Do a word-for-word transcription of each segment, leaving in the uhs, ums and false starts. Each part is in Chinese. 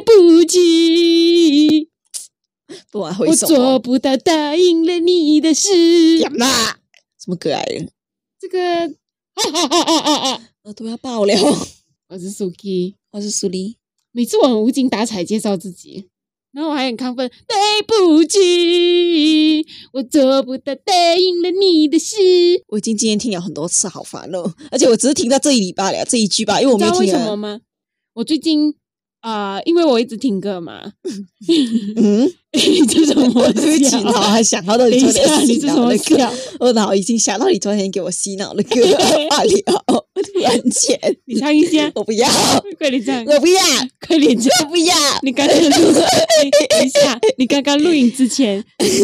不起， 我做不到答应了你的事。 什么歌来的？ 这个啊啊啊啊啊啊！ 耳朵要爆了。 我是 Suki， 我是苏丽。 每次我很无精打采介绍自己，然后我还很亢奋。对不起，我做不到答应了你的事。 我已经今天听了很多次，好烦哦！而且我只是听到这一礼拜了，这一句吧，因为我没有听。 知道为什么吗？我最近啊、呃，因为我一直听歌嘛。 嗯， 这什么？ 对不起，我还想到你昨天洗脑的歌，我脑已经想到你昨天给我洗脑的歌罢了。突然间， 你唱一下， 我不要， 快点唱， 我不要， 快点唱， 我不要。 你刚刚录，等一下，你刚刚录影之前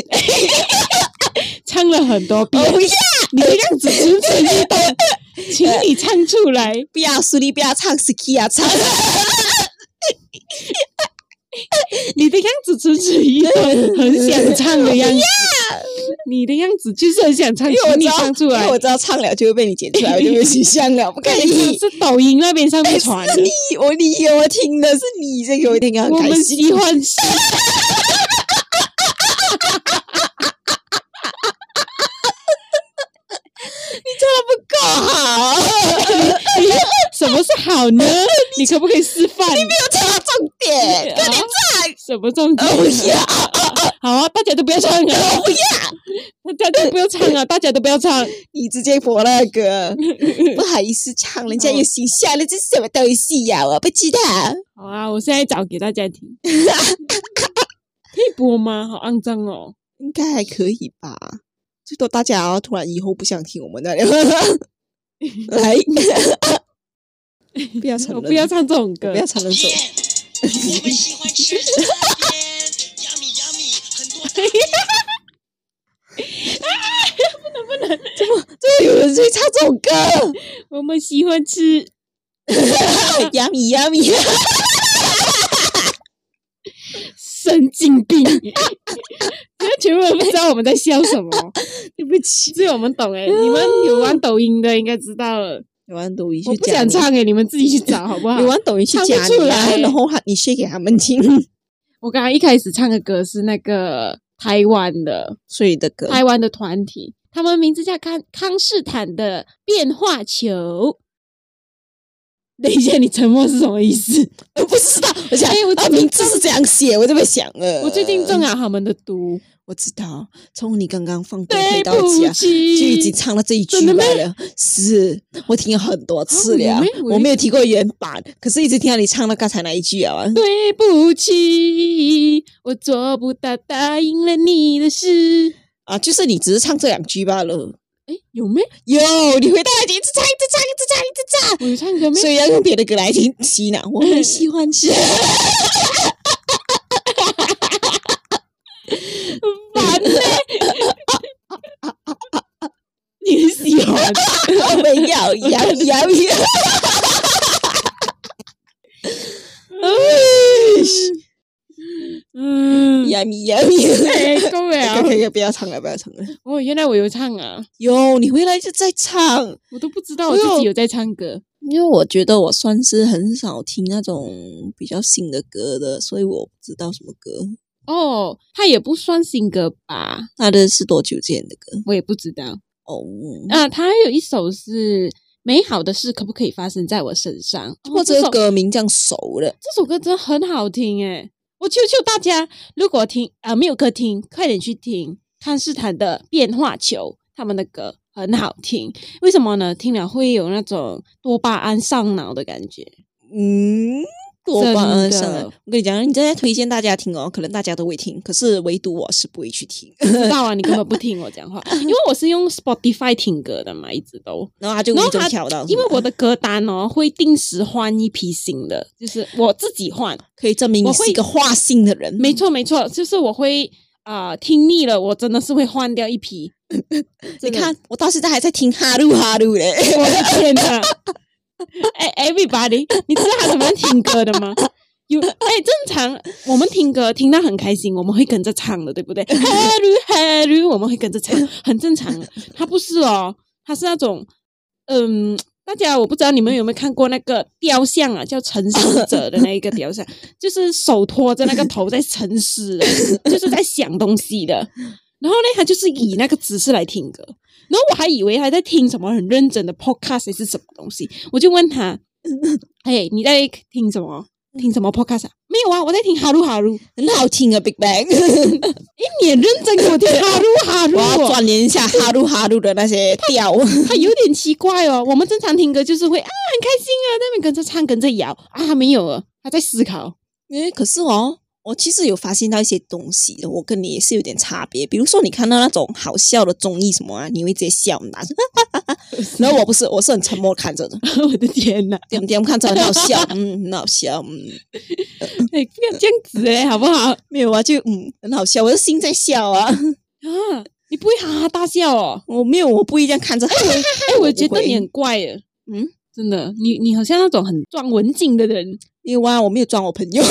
唱了很多遍， 我不要， 你的样子蠢蠢欲动，请你唱出来。 不要，苏丽，不要唱 ，Ski 啊，唱。 你的样子蠢蠢欲动，很想唱的样子。你的样子就是很想唱，请你唱出来。 因为我知道唱了就会被你剪出来，我就没有形象了，不可以。 是抖音那边上面传的。 是你，我你给我听的是你，这个我一定要很开心。 我们喜欢是。 你唱的不够好。 什么是好呢？你可不可以示范？ 你没有唱到重点，快点唱。 什么重点？ 不要。 好啊，大家都不要唱啊！ 不要， 大家都不要唱啊！大家都不要唱。 你直接播那个，不好意思唱，人家有形象了，这是什么东西呀、啊？我不知道。 好啊，我现在找给大家听。可以播吗？好肮脏哦。 应该还可以吧。最多大家、哦、突然以后不想听我们的了。来，不要唱， 我不要唱这种歌， 不要唱那首。 我们喜欢吃大便 ，yummy yummy， 很多大便。 不能不能， 怎么怎么有人会唱这种歌？ 我们喜欢吃 yummy yummy。 神经病！现在全部人不知道我们在笑什么。 对不起， 只有我们懂哎、欸。你们有玩抖音的应该知道了。 有玩抖音去， 我不想唱哎、欸，你们自己去找好不好？ 有玩抖音去加你啊，然后你学给他们听。 我刚刚一开始唱的歌是那个台湾的， 所以的歌， 台湾的团体，他们名字叫康康士坦的变化球。等一下，你沉默是什么意思？ 我不知道，我想， 哎，我啊，名字是这样写，我这么想了。 我最近中了他们的毒， 我知道，从你刚刚放歌回到家，就已经唱了这一句来了。是我听了很多次了，哦、我没有听过原版，可是一直听到你唱了刚才那一句啊。 对不起，我做不到答应了你的事啊，就是你只是唱这两句罢了。 诶，有没有？你回到来就一直唱，一直唱，一直唱，一直唱。 我有唱歌没？ 所以要用别的歌来听洗脑。我很喜欢吃。 烦嘞！你喜欢？ 我没有，有有有。 嗯， 呀咪呀咪， 哎，够了， 可以可以，不要唱了，不要唱了。 哦，原来我有唱啊！ 有，你回来就在唱， 我都不知道我自己有在唱歌。 因为我觉得我算是很少听那种比较新的歌的，所以我不知道什么歌。 哦，它也不算新歌吧？ 他的是多久前的歌？ 我也不知道。 哦， 啊，他有一首是。美好的事可不可以发生在我身上？ 哇，这个歌名这样熟了。 这首歌真的很好听诶，我求求大家，如果听啊、呃、没有歌听，快点去听康士坦的变化球，他们的歌很好听。为什么呢？听了会有那种多巴胺上脑的感觉。 嗯。多巴胺上来，我跟你讲，你正在推荐大家听哦，可能大家都会听，可是唯独我是不会去听。 知道啊，你根本不听我讲话，因为我是用 Spotify 听歌的嘛，一直都。 然后他就一直跳到， 因为我的歌单哦会定时换一批新的，就是我自己换， 可以证明你是一个花心的人。 没错没错，就是我会啊、呃、听腻了，我真的是会换掉一批。 你看，我到现在还在听哈噜哈噜嘞， 我的天哪！哎、欸、，everybody， 你知道他怎么听歌的吗？有哎、欸，正常我们听歌听到很开心，我们会跟着唱的，对不对？哈噜哈噜，我们会跟着唱，很正常的。他不是哦，他是那种嗯， 大家我不知道你们有没有看过那个雕像啊，叫沉思者的那一个雕像，就是手托着那个头在沉思的，就是在想东西的。然后呢，他就是以那个姿势来听歌，然后我还以为他在听什么很认真的 podcast 还是什么东西，我就问他：“嘿，你在听什么？听什么 podcast 啊？”没有啊，我在听哈鲁哈鲁， 很好听啊 ，Big Bang。 诶，你很认真给我听哈鲁哈鲁、 我哦， 要钻研一下哈鲁哈鲁的那些调。 他有点奇怪哦。我们正常听歌就是会啊很开心啊，在那边跟着唱跟着摇啊，他没有啊，他在思考。 诶，可是哦，我其实有发现到一些东西的，我跟你也是有点差别。比如说，你看到那种好笑的综艺什么啊，你会直接笑很大声。然后我不是，我是很沉默看着的。 我的天哪， 点点看着很好笑，嗯，很好笑，嗯。 哎，不要这样子哎，好不好？ 没有啊，就嗯，很好笑，我的心在笑啊。 啊，你不会哈哈大笑哦？ 我没有，我不会这样看着。哎， 哎，我觉得你很怪耶。嗯，真的，你你好像那种很装文静的人。 没有啊，我没有装我朋友。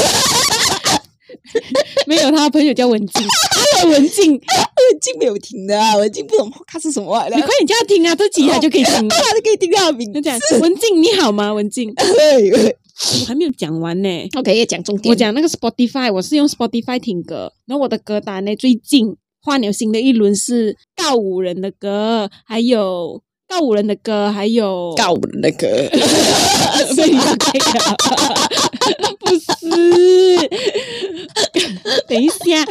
没有，他的朋友叫文静，他很文静， 文静没有听的啊，文静不懂他是什么来的。 你快点叫他听啊，这集他就可以听， 他就可以听他的名字。 就讲文静你好吗？文静，我还没有讲完呢。 OK， 也讲重点。 我讲那个 Spotify， 我是用 Spotify 听歌，然后我的歌单呢，最近换了新的一轮是告五人的歌，还有告五人的歌，还有告五人的歌， 所以就可以了。不是，等一下，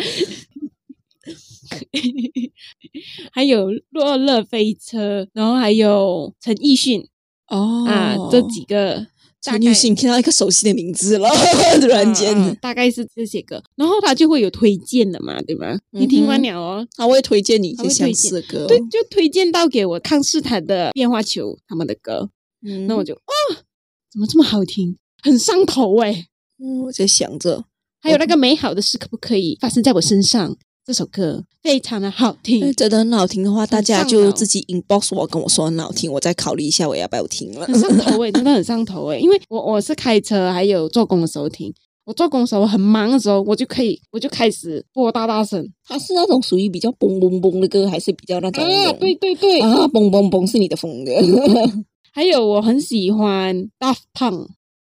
还有落乐飞车，然后还有陈奕迅哦啊，这几个。 陈奕迅听到一个熟悉的名字了，突然间、 啊啊，大概是这些歌，然后他就会有推荐的嘛，对吧？嗯、你听完了哦， 他会推荐你一些相似的歌， 对，就推荐到给我康斯坦的变化球他们的歌，嗯，那我就哦，怎么这么好听，很上头哎、 嗯，我在想着， 还有那个美好的事可不可以发生在我身上？这首歌非常的好听， 真的很好听的话，大家就自己 inbox 我跟我说很好听，我再考虑一下我要不要听了。 很上头诶、欸，真的很上头诶、欸，因为我我是开车还有做工的时候听，我做工的时候很忙的时候，我就可以我就开始播大大声。 它是那种属于比较嘣嘣嘣的歌，还是比较那种？ 啊，对对对， 啊，嘣嘣嘣是你的风格。 还有我很喜欢 Daft Punk。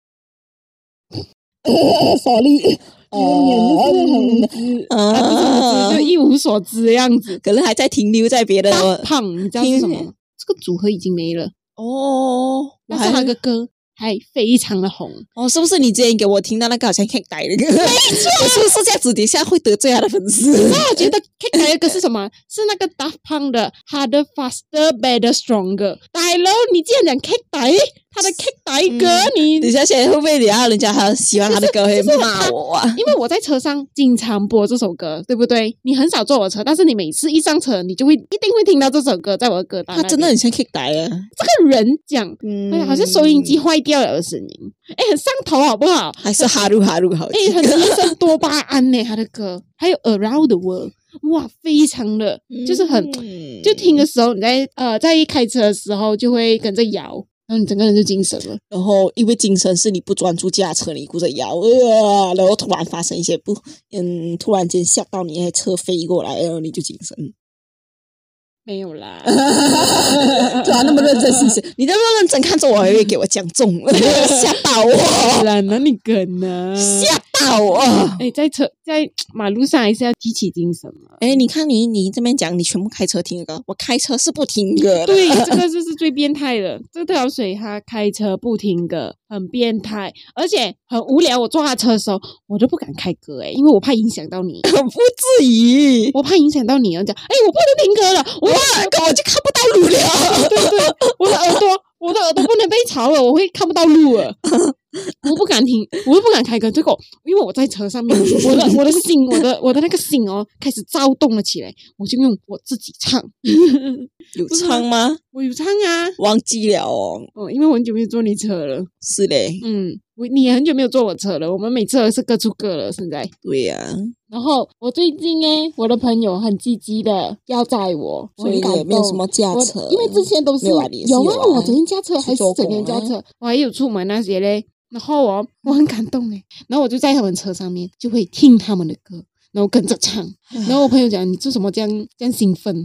Sorry。 哦，就是很无知啊，不是无知，就一无所知的样子， 可能还在停留在别的。 胖，你知道是什么？这个组合已经没了哦， 但是他的歌还非常的红哦，是不是你之前给我听到那个好像 K 改的歌？没错，我是不是这样子底下会得罪他的粉丝？ 那我觉得 K 改的歌是什么？是那个 Daft Punk 的 Harder, Faster, Better, Stronger。大佬，你竟然讲 K 改？他的 K 改歌，嗯、你等一下现在会不会等下人家还喜欢他的歌会骂我啊？ 因为我在车上经常播这首歌，对不对？你很少坐我车，但是你每次一上车，你就会一定会听到这首歌在我的歌单。 他真的很像 K 改啊！ 这个人讲，嗯、哎呀，好像收音机坏掉了的声音，哎，很上头，好不好？ 还是哈鲁哈鲁好听？ 哎，很提升多巴胺呢，他的歌，还有 Around the World。哇，非常的，就是很，嗯、就听的时候，你在呃在开车的时候就会跟着摇，然后你整个人就精神了。 然后因为精神是你不专注驾车，你顾着摇，呃，然后突然发生一些不，嗯，突然间吓到你，那车飞过来，然后你就精神。 没有啦， 突然那么认真是不是？你那么认真看着我，还会给我讲中了，吓到我！ 啦，哪里梗呢？ 吓到我！ 哎，在车在马路上还是要提起精神嘛。 哎，你看你你这边讲，你全部开车听歌，我开车是不听歌的。 对，这个就是最变态的。这条水他开车不听歌，很变态，而且很无聊。我坐他车的时候，我都不敢开歌哎，因为我怕影响到你。 不至于， 我怕影响到你。然后讲，哎，我不能听歌了，我根本就看不到路了。 对对，我的耳朵，我的耳朵不能被吵了，我会看不到路了。我不敢听，我又不敢开歌。结果因为我在车上面，我的我的心，我的我的那个心哦，开始躁动了起来。我就用我自己唱， 有唱吗？ 我有唱啊， 忘记了哦。 哦，因为我很久没有坐你车了。 是嘞， 嗯，我你也很久没有坐我车了。我们每次都是各出各了，现在。 对呀、啊。 然后我最近呢，我的朋友很积极的要载我， 所以也没有什么驾车， 因为之前都是有啊， 有啊，我整天驾车还是整天驾车，我还有出门那些嘞。然后哦，我很感动诶，然后我就在他们车上面就会听他们的歌，然后跟着唱。然后我朋友讲：“你做什么这样这样兴奋？”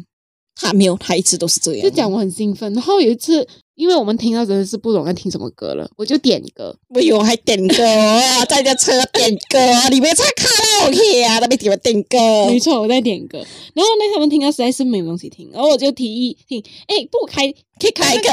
他没有，他一直都是这样。 就讲我很兴奋，然后有一次，因为我们听到真的是不懂要听什么歌了，我就点歌。 哎呦，还点歌啊，在这车点歌啊，你们在卡拉 OK 啊，那边点点歌。 没错，我在点歌。然后呢，他们听到实在是没有东西听，然后我就提议听，哎，不开，可以开一个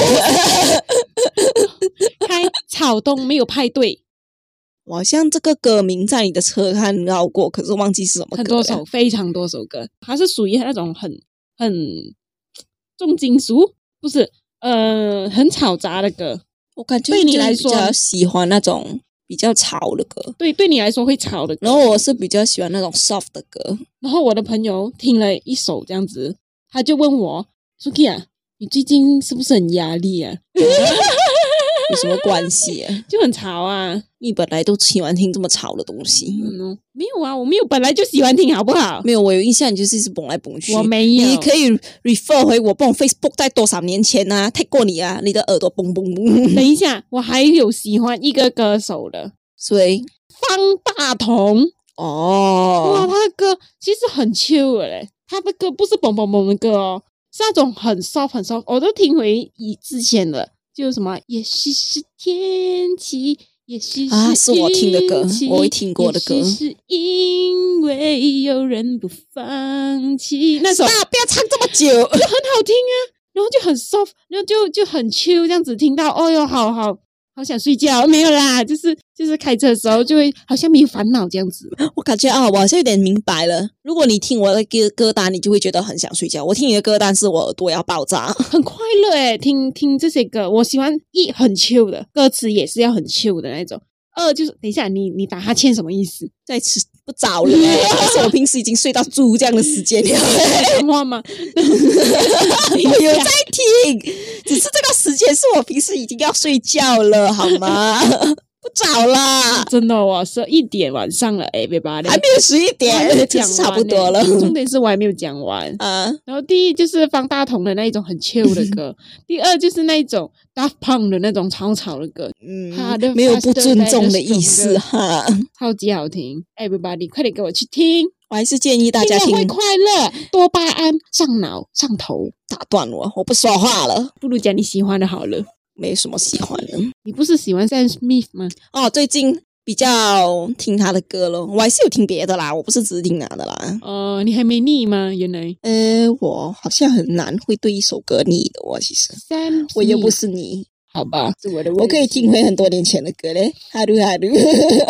开草东没有派对。 我好像这个歌名在你的车看到过，可是忘记是什么歌了。 很多首，非常多首歌，它是属于那种很很重金属，不是呃很嘈杂的歌。 我感觉对你来说比较喜欢那种比较吵的歌， 对，对你来说会吵的歌。 然后我是比较喜欢那种 soft 的歌。 然后我的朋友听了一首这样子，他就问我 ：“Suki 啊，你最近是不是很压力啊？” 有什么关系啊？ 就很吵啊！ 你本来都喜欢听这么吵的东西。 嗯，没有啊，我没有本来就喜欢听，好不好？ 没有，我有印象，你就是一直蹦来蹦去。 我没有， 你可以 refer 回我蹦 Facebook 在多少年前啊 tag 过你啊，你的耳朵蹦蹦蹦。 等一下，我还有喜欢一个歌手的， 谁？ 方大同。 哦， 哇，他的歌其实很 chill 的嘞，他的歌不是蹦蹦蹦的歌哦，是那种很 soft 很 soft，我都听回以之前的。就什么，也许是天气，也许是啊，是我听的歌，我会听过的歌。 也许是因为有人不放弃，那首啊，不要唱这么久， 就很好听啊，然后就很 soft，然后就就很 chill，这样子听到，哦哟，好好好想睡觉，没有啦，就是就是开车的时候就会好像没有烦恼这样子。 我感觉啊，我好像有点明白了。如果你听我的歌歌单，你就会觉得很想睡觉。我听你的歌单是我耳朵要爆炸， 很快乐诶，听听这些歌，我喜欢一很 chill 的，歌词也是要很 chill 的那种。二就是等一下，你你打哈欠什么意思？ 在吃不早了、欸，但是我平时已经睡到猪这样的时间了。 讲话吗？ 我有在听，只是这个时间是我平时已经要睡觉了，好吗？不早啦， 真的哦，十一点晚上了，哎，别把还没有十一点， 讲差不多了。 重点是我还没有讲完啊。 然后第一就是方大同的那一种很 chill 的歌，第二就是那一种 Daft Punk 的那种吵吵的歌， 嗯，没有不尊重的意思哈， 超级好听 ，Everybody 快点给我去听。 我还是建议大家听， 会快乐，多巴胺上脑上头。 打断我，我不说话了， 不如讲你喜欢的好了。 没什么喜欢的， 你不是喜欢 Sam Smith 吗？ 哦，最近比较听他的歌咯，我还是有听别的啦，我不是只听他的啦。 哦、呃，你还没腻吗？原来， 呃，我好像很难会对一首歌腻的，我其实 Sam 我又不是你， 好吧，是我的问题。 我可以听回很多年前的歌嘞，哈噜哈噜。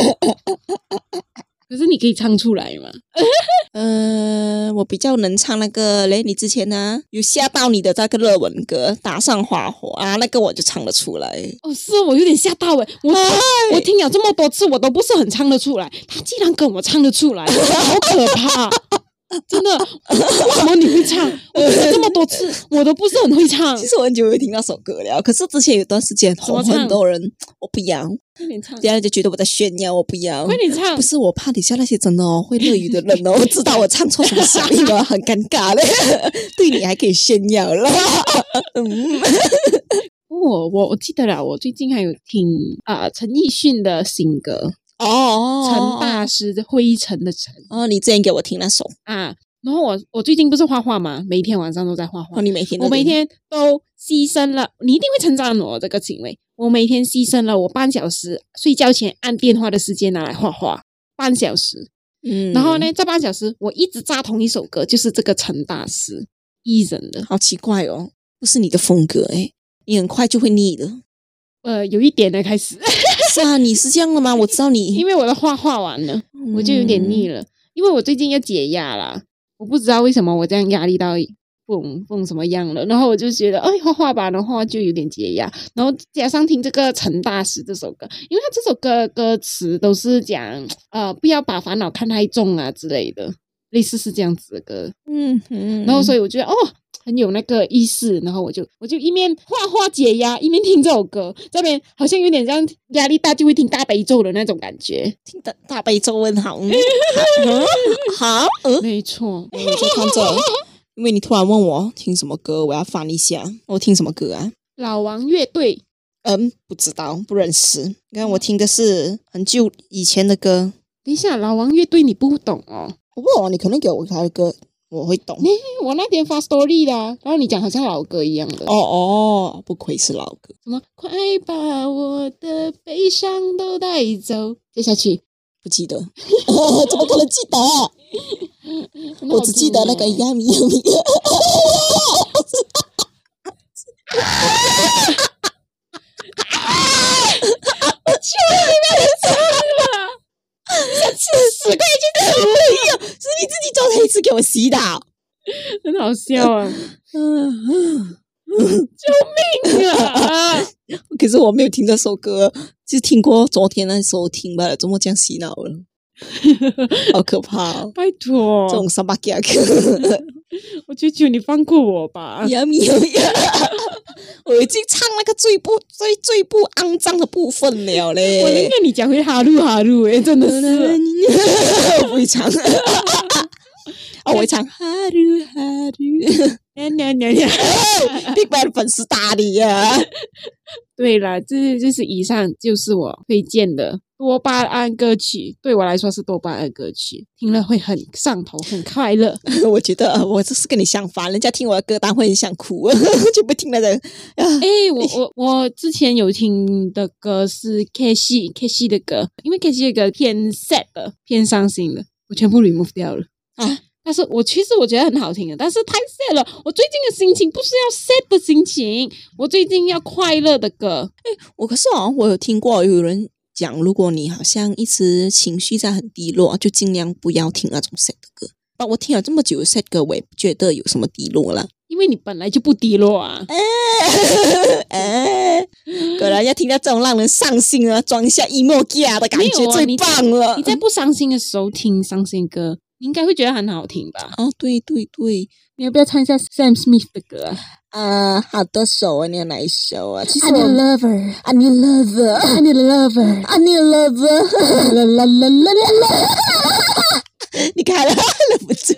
可是你可以唱出来吗？ 呃，我比较能唱那个嘞，你之前呢有吓到你的那个热文歌，打上花火啊，那个我就唱得出来。 哦，是我有点吓到诶，我我听了这么多次，我都不是很唱得出来，他竟然跟我唱得出来，好可怕！真的，为什么你会唱？我听了这么多次，我都不是很会唱。 其实我很久没有听那首歌了，可是之前有段时间红很多人，我不要。 快点唱！ 等下就觉得我在炫耀，我不要。 快点唱！ 不是我怕底下那些真的哦会乐语的人哦，我知道我唱错什么声音了，很尴尬嘞。对你还可以炫耀了。嗯， 我我我记得了，我最近还有听啊、呃、陈奕迅的新歌哦， 陈大师的灰尘的尘哦，你之前给我听那首啊。然后我我最近不是画画吗？每一天晚上都在画画。 哦，你每天都我每天都牺牲了，你一定会称赞我这个行为。我每天牺牲了我半小时睡觉前按电话的时间拿来画画，半小时。 嗯， 然后呢，这半小时我一直扎同一首歌，就是这个陈大师艺人的。 好奇怪哦，不是你的风格诶，你很快就会腻的。 呃，有一点的开始。 是啊，你是这样的吗？我知道你， 因为我的画画完了，嗯、我就有点腻了。因为我最近要解压啦，我不知道为什么我这样压力到蹦蹦什么样了，然后我就觉得，哎，画画吧，然后就有点解压，然后加上听这个陈大师这首歌，因为他这首歌歌词都是讲，呃，不要把烦恼看太重啊之类的，类似是这样子的歌， 嗯嗯， 然后所以我觉得，哦。很有那个意思，然后我就我就一面画画解压，一面听这首歌，这边好像有点像压力大就会听大悲咒的那种感觉， 听大大悲咒很好，嗯、好，嗯， 没错， 我在看着，因为你突然问我听什么歌，我要翻一下，我听什么歌啊？ 老王乐队， 嗯，不知道，不认识。你看我听的是很久以前的歌。 等一下，老王乐队你不懂哦？ 不过你可能给我他的歌。 我会懂。 我那天发 story 啦，然后你讲好像老歌一样的。 哦哦，不愧是老歌。 什么？快把我的悲伤都带走。接下去不记得，怎么可能记得？我只记得那个 yummy yummy。 我求你别唱了，想吃屎快去吃！ 哎呦，是你自己找台词给我洗脑， 很好笑啊！救命啊！ 可是我没有听这首歌，就听过昨天那首听罢了，怎么这样洗脑了？好可怕哦！ 拜托， 这种三八架， 我求求你放过我吧！ 呀咪呀咪，我已经唱那个最不最最不肮脏的部分了嘞。 我宁愿你讲回哈鲁哈鲁诶，真的是， 我不会唱。哦，我会唱哈鲁哈鲁。 娘娘娘 ，BigBang 的粉丝打你呀！ 对了，这就是以上就是我推荐的多巴胺歌曲，对我来说是多巴胺歌曲，听了会很上头，很快乐。 我觉得我这是跟你相反，人家听我的歌单会很想哭，就不听那个。 哎、欸，我我我之前有听的歌是 K C K C 的歌，因为 K C 的歌偏 sad 的，偏伤心的，我全部 remove 掉了啊。但是我其实我觉得很好听的，但是太 sad 了。我最近的心情不是要 sad 的心情，我最近要快乐的歌。 哎，我可是哦，我有听过有人讲，如果你好像一直情绪在很低落，就尽量不要听那种 sad 的歌。但我听了这么久的 sad 歌，我也不觉得有什么低落了， 因为你本来就不低落啊。 哎，果然要听到这种让人伤心啊，装一下 emo gear 的感觉最棒了。 你在不伤心的时候听伤心歌，你应该会觉得很好听吧？ 哦，对对对， 你要不要唱一下 Sam Smith 的歌啊？ 啊，好多首啊，你有哪一首啊？其实 I need a lover, I need a lover, I need a lover, I need a lover， 啦啦啦啦啦！你看了，忍不住，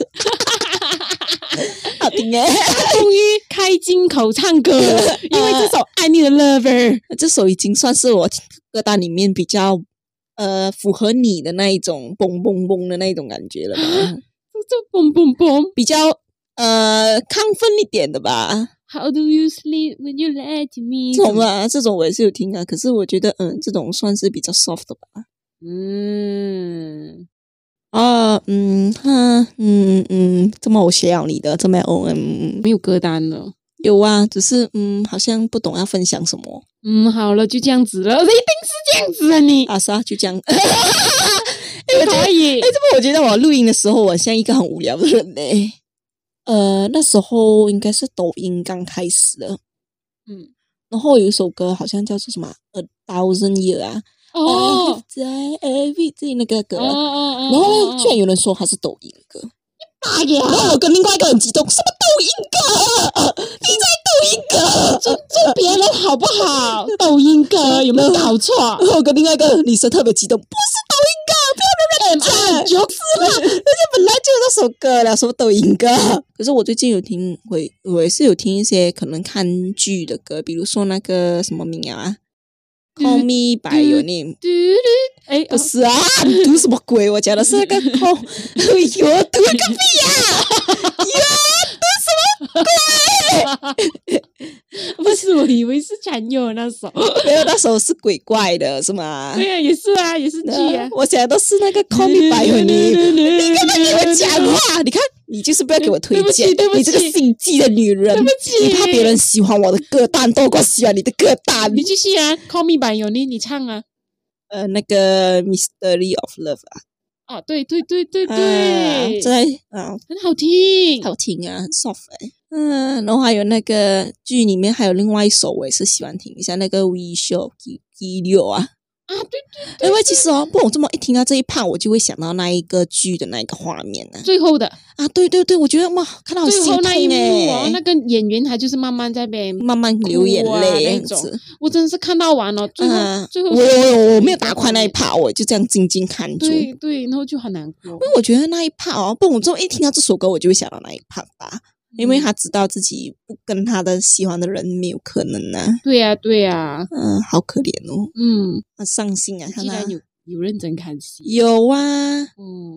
好听哎！ 终于开金口唱歌了，因为这首 I need a lover， 这首已经算是我歌单里面比较呃符合你的那一种嘣嘣嘣的那一种感觉了吧？ 这嘣嘣嘣， 比较呃亢奋一点的吧。 How do you sleep when you lie to me？ 这种啊，这种我也是有听啊，可是我觉得嗯，这种算是比较 soft 的吧。 嗯， 啊，嗯哈，嗯嗯，这么我写了你的，这么哦嗯， 没有歌单了。 有啊，只是嗯，好像不懂要分享什么。 嗯，好了，就这样子了，一定是这样子啊你！ 啊，是啊，就这样。 可以。 哎，这么我觉得我录音的时候，我像一个很无聊的人呢。呃，那时候应该是抖音刚开始的， 嗯， 然后有一首歌好像叫做什么《A Thousand Year》啊， 哦， 在 everything 那个歌， 哦哦哦， 然后居然有人说它是抖音歌， 大呀！ 然后我跟另外一个很激动，什么抖音歌？你在抖音歌？ 尊重别人好不好？抖音歌有没有搞错？ 然后我跟另外一个女生特别激动，不是抖音歌，不要乱讲，就是啦，人家本来就有那首歌了，什么抖音歌？可是我最近有听，我我也是有听一些可能看剧的歌，比如说那个什么名啊，Call Me by Your Name。 哎， 不是啊，你读什么鬼？我讲的是那个 Call， 哎呦，读个屁呀！呀，读什么鬼？ 不是，我以为是陈友那首， 没有，那首是鬼怪的，是吗？ 对啊，也是啊，也是剧啊。 我想的是那个 Call Me by Your Name。你干嘛给我讲话？你看，你就是不要给我推荐，你这个心机的女人， 对不起， 你怕别人喜欢我的歌单多过喜欢你的歌单。 你继续啊 ，Call Me by Your Name，你唱啊。 呃，那个 Mystery of Love 啊。 啊，对对对对对， 啊、在啊， 很好听， 好听啊，很 soft 哎、欸。嗯，然后还有那个剧里面还有另外一首，我也是喜欢听一下那个 We Show 第六啊。 啊，对对对， 因为其实哦，不，我这么一听到这一 part， 我就会想到那一个剧的那一个画面呢、啊。 最后的啊，对对对，我觉得哇，看到好心痛最后那一幕哦， 那个演员他就是慢慢在被慢慢流眼泪那种，我真的是看到完了，最后、 嗯、 最后我我我没有打快那一 part， 我就这样静静看住。 对对，然后就很难过。因为我觉得那一 part 哦，不，我这么一听到这首歌，我就会想到那一 part 吧。因为他知道自己不跟他的喜欢的人没有可能啊。 对呀、啊，对呀、啊， 嗯，好可怜哦。 嗯， 很伤心啊。 竟然有有认真看戏。 有啊。 嗯，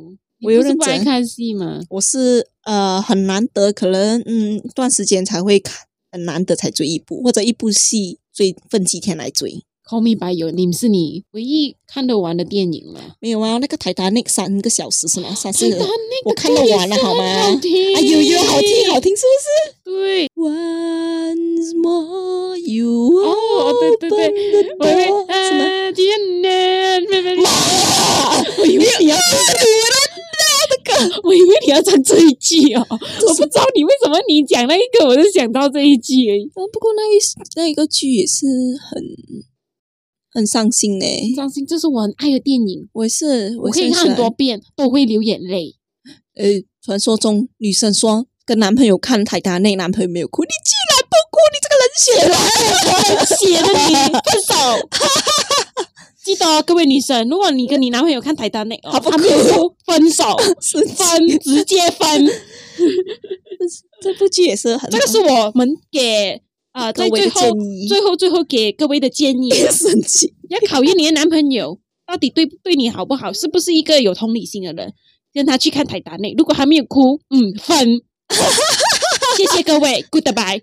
我有认你不是不爱真。 看戏吗？ 我是呃很难得，可能嗯一段时间才会看，很难得才追一部，或者一部戏追分几天来追。 Call Me by Your Name 是你唯一看得完的电影吗？ 没有啊，那个《泰坦尼克》三个小时是吗？三四个， Titanic 我看得完了好吗？ 好听， 哎呦呦，好听好听，是不是对， ？Once more you 哦，对对对， open the 我以为 door，什么？ 啊，天哪，妹妹， 啊我以为你要，我以为你要唱这一句哦，我不知道你为什么你讲那一个，我就想到这一句而已。 啊不过那一那一个剧也是很很伤心呢。 相信这是我很爱的电影， 我也是， 我可以看很多遍，都会流眼泪。 呃，传说中女生说跟男朋友看《泰坦尼克》，男朋友没有哭，你居然不哭，你这个冷血人！ 写的你分手。记得哦，各位女生，如果你跟你男朋友看《泰坦尼克》， 他不他没有哭哭，分手， 是分直接分。 这部剧也是很这个是我们给啊、呃在各位的最后建议最后最后给各位的建议， 生气。 要考验你的男朋友到底对对你好不好，是不是一个有同理心的人，跟他去看《泰坦尼克》，如果还没有哭，嗯，分。谢谢各位 ，Goodbye。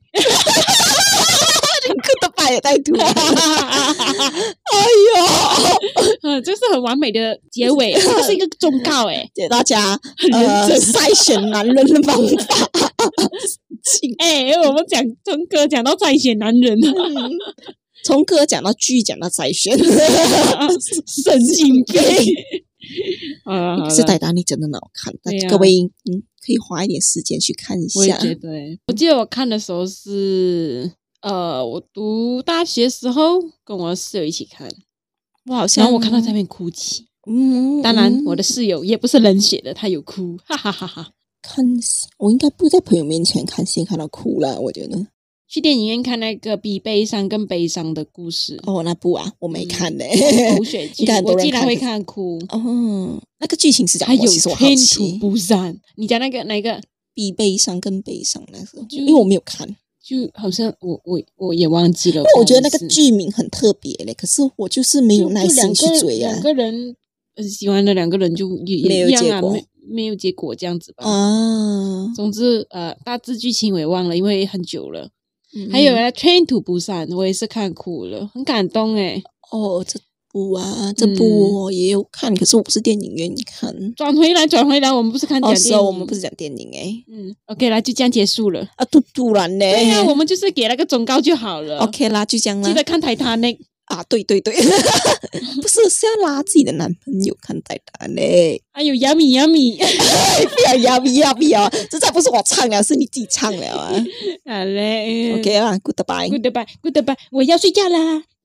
哭的白也太土了。哎呦， 嗯，这是很完美的结尾，这个是一个忠告哎。 谢谢大家。呃，筛选男人的方法。 哎、我们讲从歌讲到筛选男人， 从歌讲到剧，讲到筛选， 神经病。啊， 可是《泰坦尼克》真的很好看， 对啊各位嗯可以花一点时间去看一下。 我也觉得欸，我记得我看的时候是呃，我读大学时候跟我室友一起看， 我好像然后我看到在那边哭泣。 嗯， 当然， 嗯我的室友也不是冷血的，他有哭，哈哈哈哈。 看戏，我应该不在朋友面前看戏看到哭了，我觉得。 去电影院看那个比悲伤更悲伤的故事， 哦，那部啊，我没看呢。 狗血剧应该，很多人看我竟然会看哭。 哦，那个剧情是讲还有什么？其实我好天奇土。不散，你讲那个哪一个？ 比悲伤更悲伤那个， 就因为我没有看。 就好像我我我也忘记了， 因为我觉得那个不好意思剧名很特别嘞，可是我就是没有耐就心去就追啊两。个两个人呃喜欢的两个人就也没有一样啊， 结果没没有结果这样子吧。 啊， 总之呃，大致剧情我也忘了，因为很久了。 嗯还有呢，《Train to Busan》我也是看哭了，很感动诶。 哦，这部啊，这部我也有看，可是我不是电影院看。 转回来，转回来，我们不是看讲哦， 电影， 是哦，我们不是讲电影诶。 嗯，OK 啦，就这样结束了。 啊，突突然呢？ 对呀、我们就是给那个忠告就好了。 OK 啦，就这样啦。 记得看《泰坦尼克》。 啊，对对对，不是是要拉自己的男朋友看泰坦嘞。 还有 Yummy Yummy， 不要要不要不要，这再不是我唱了，是你自己唱了啊。 好嘞 OK 啦，Goodbye。 ，Goodbye Goodbye，我要睡觉啦。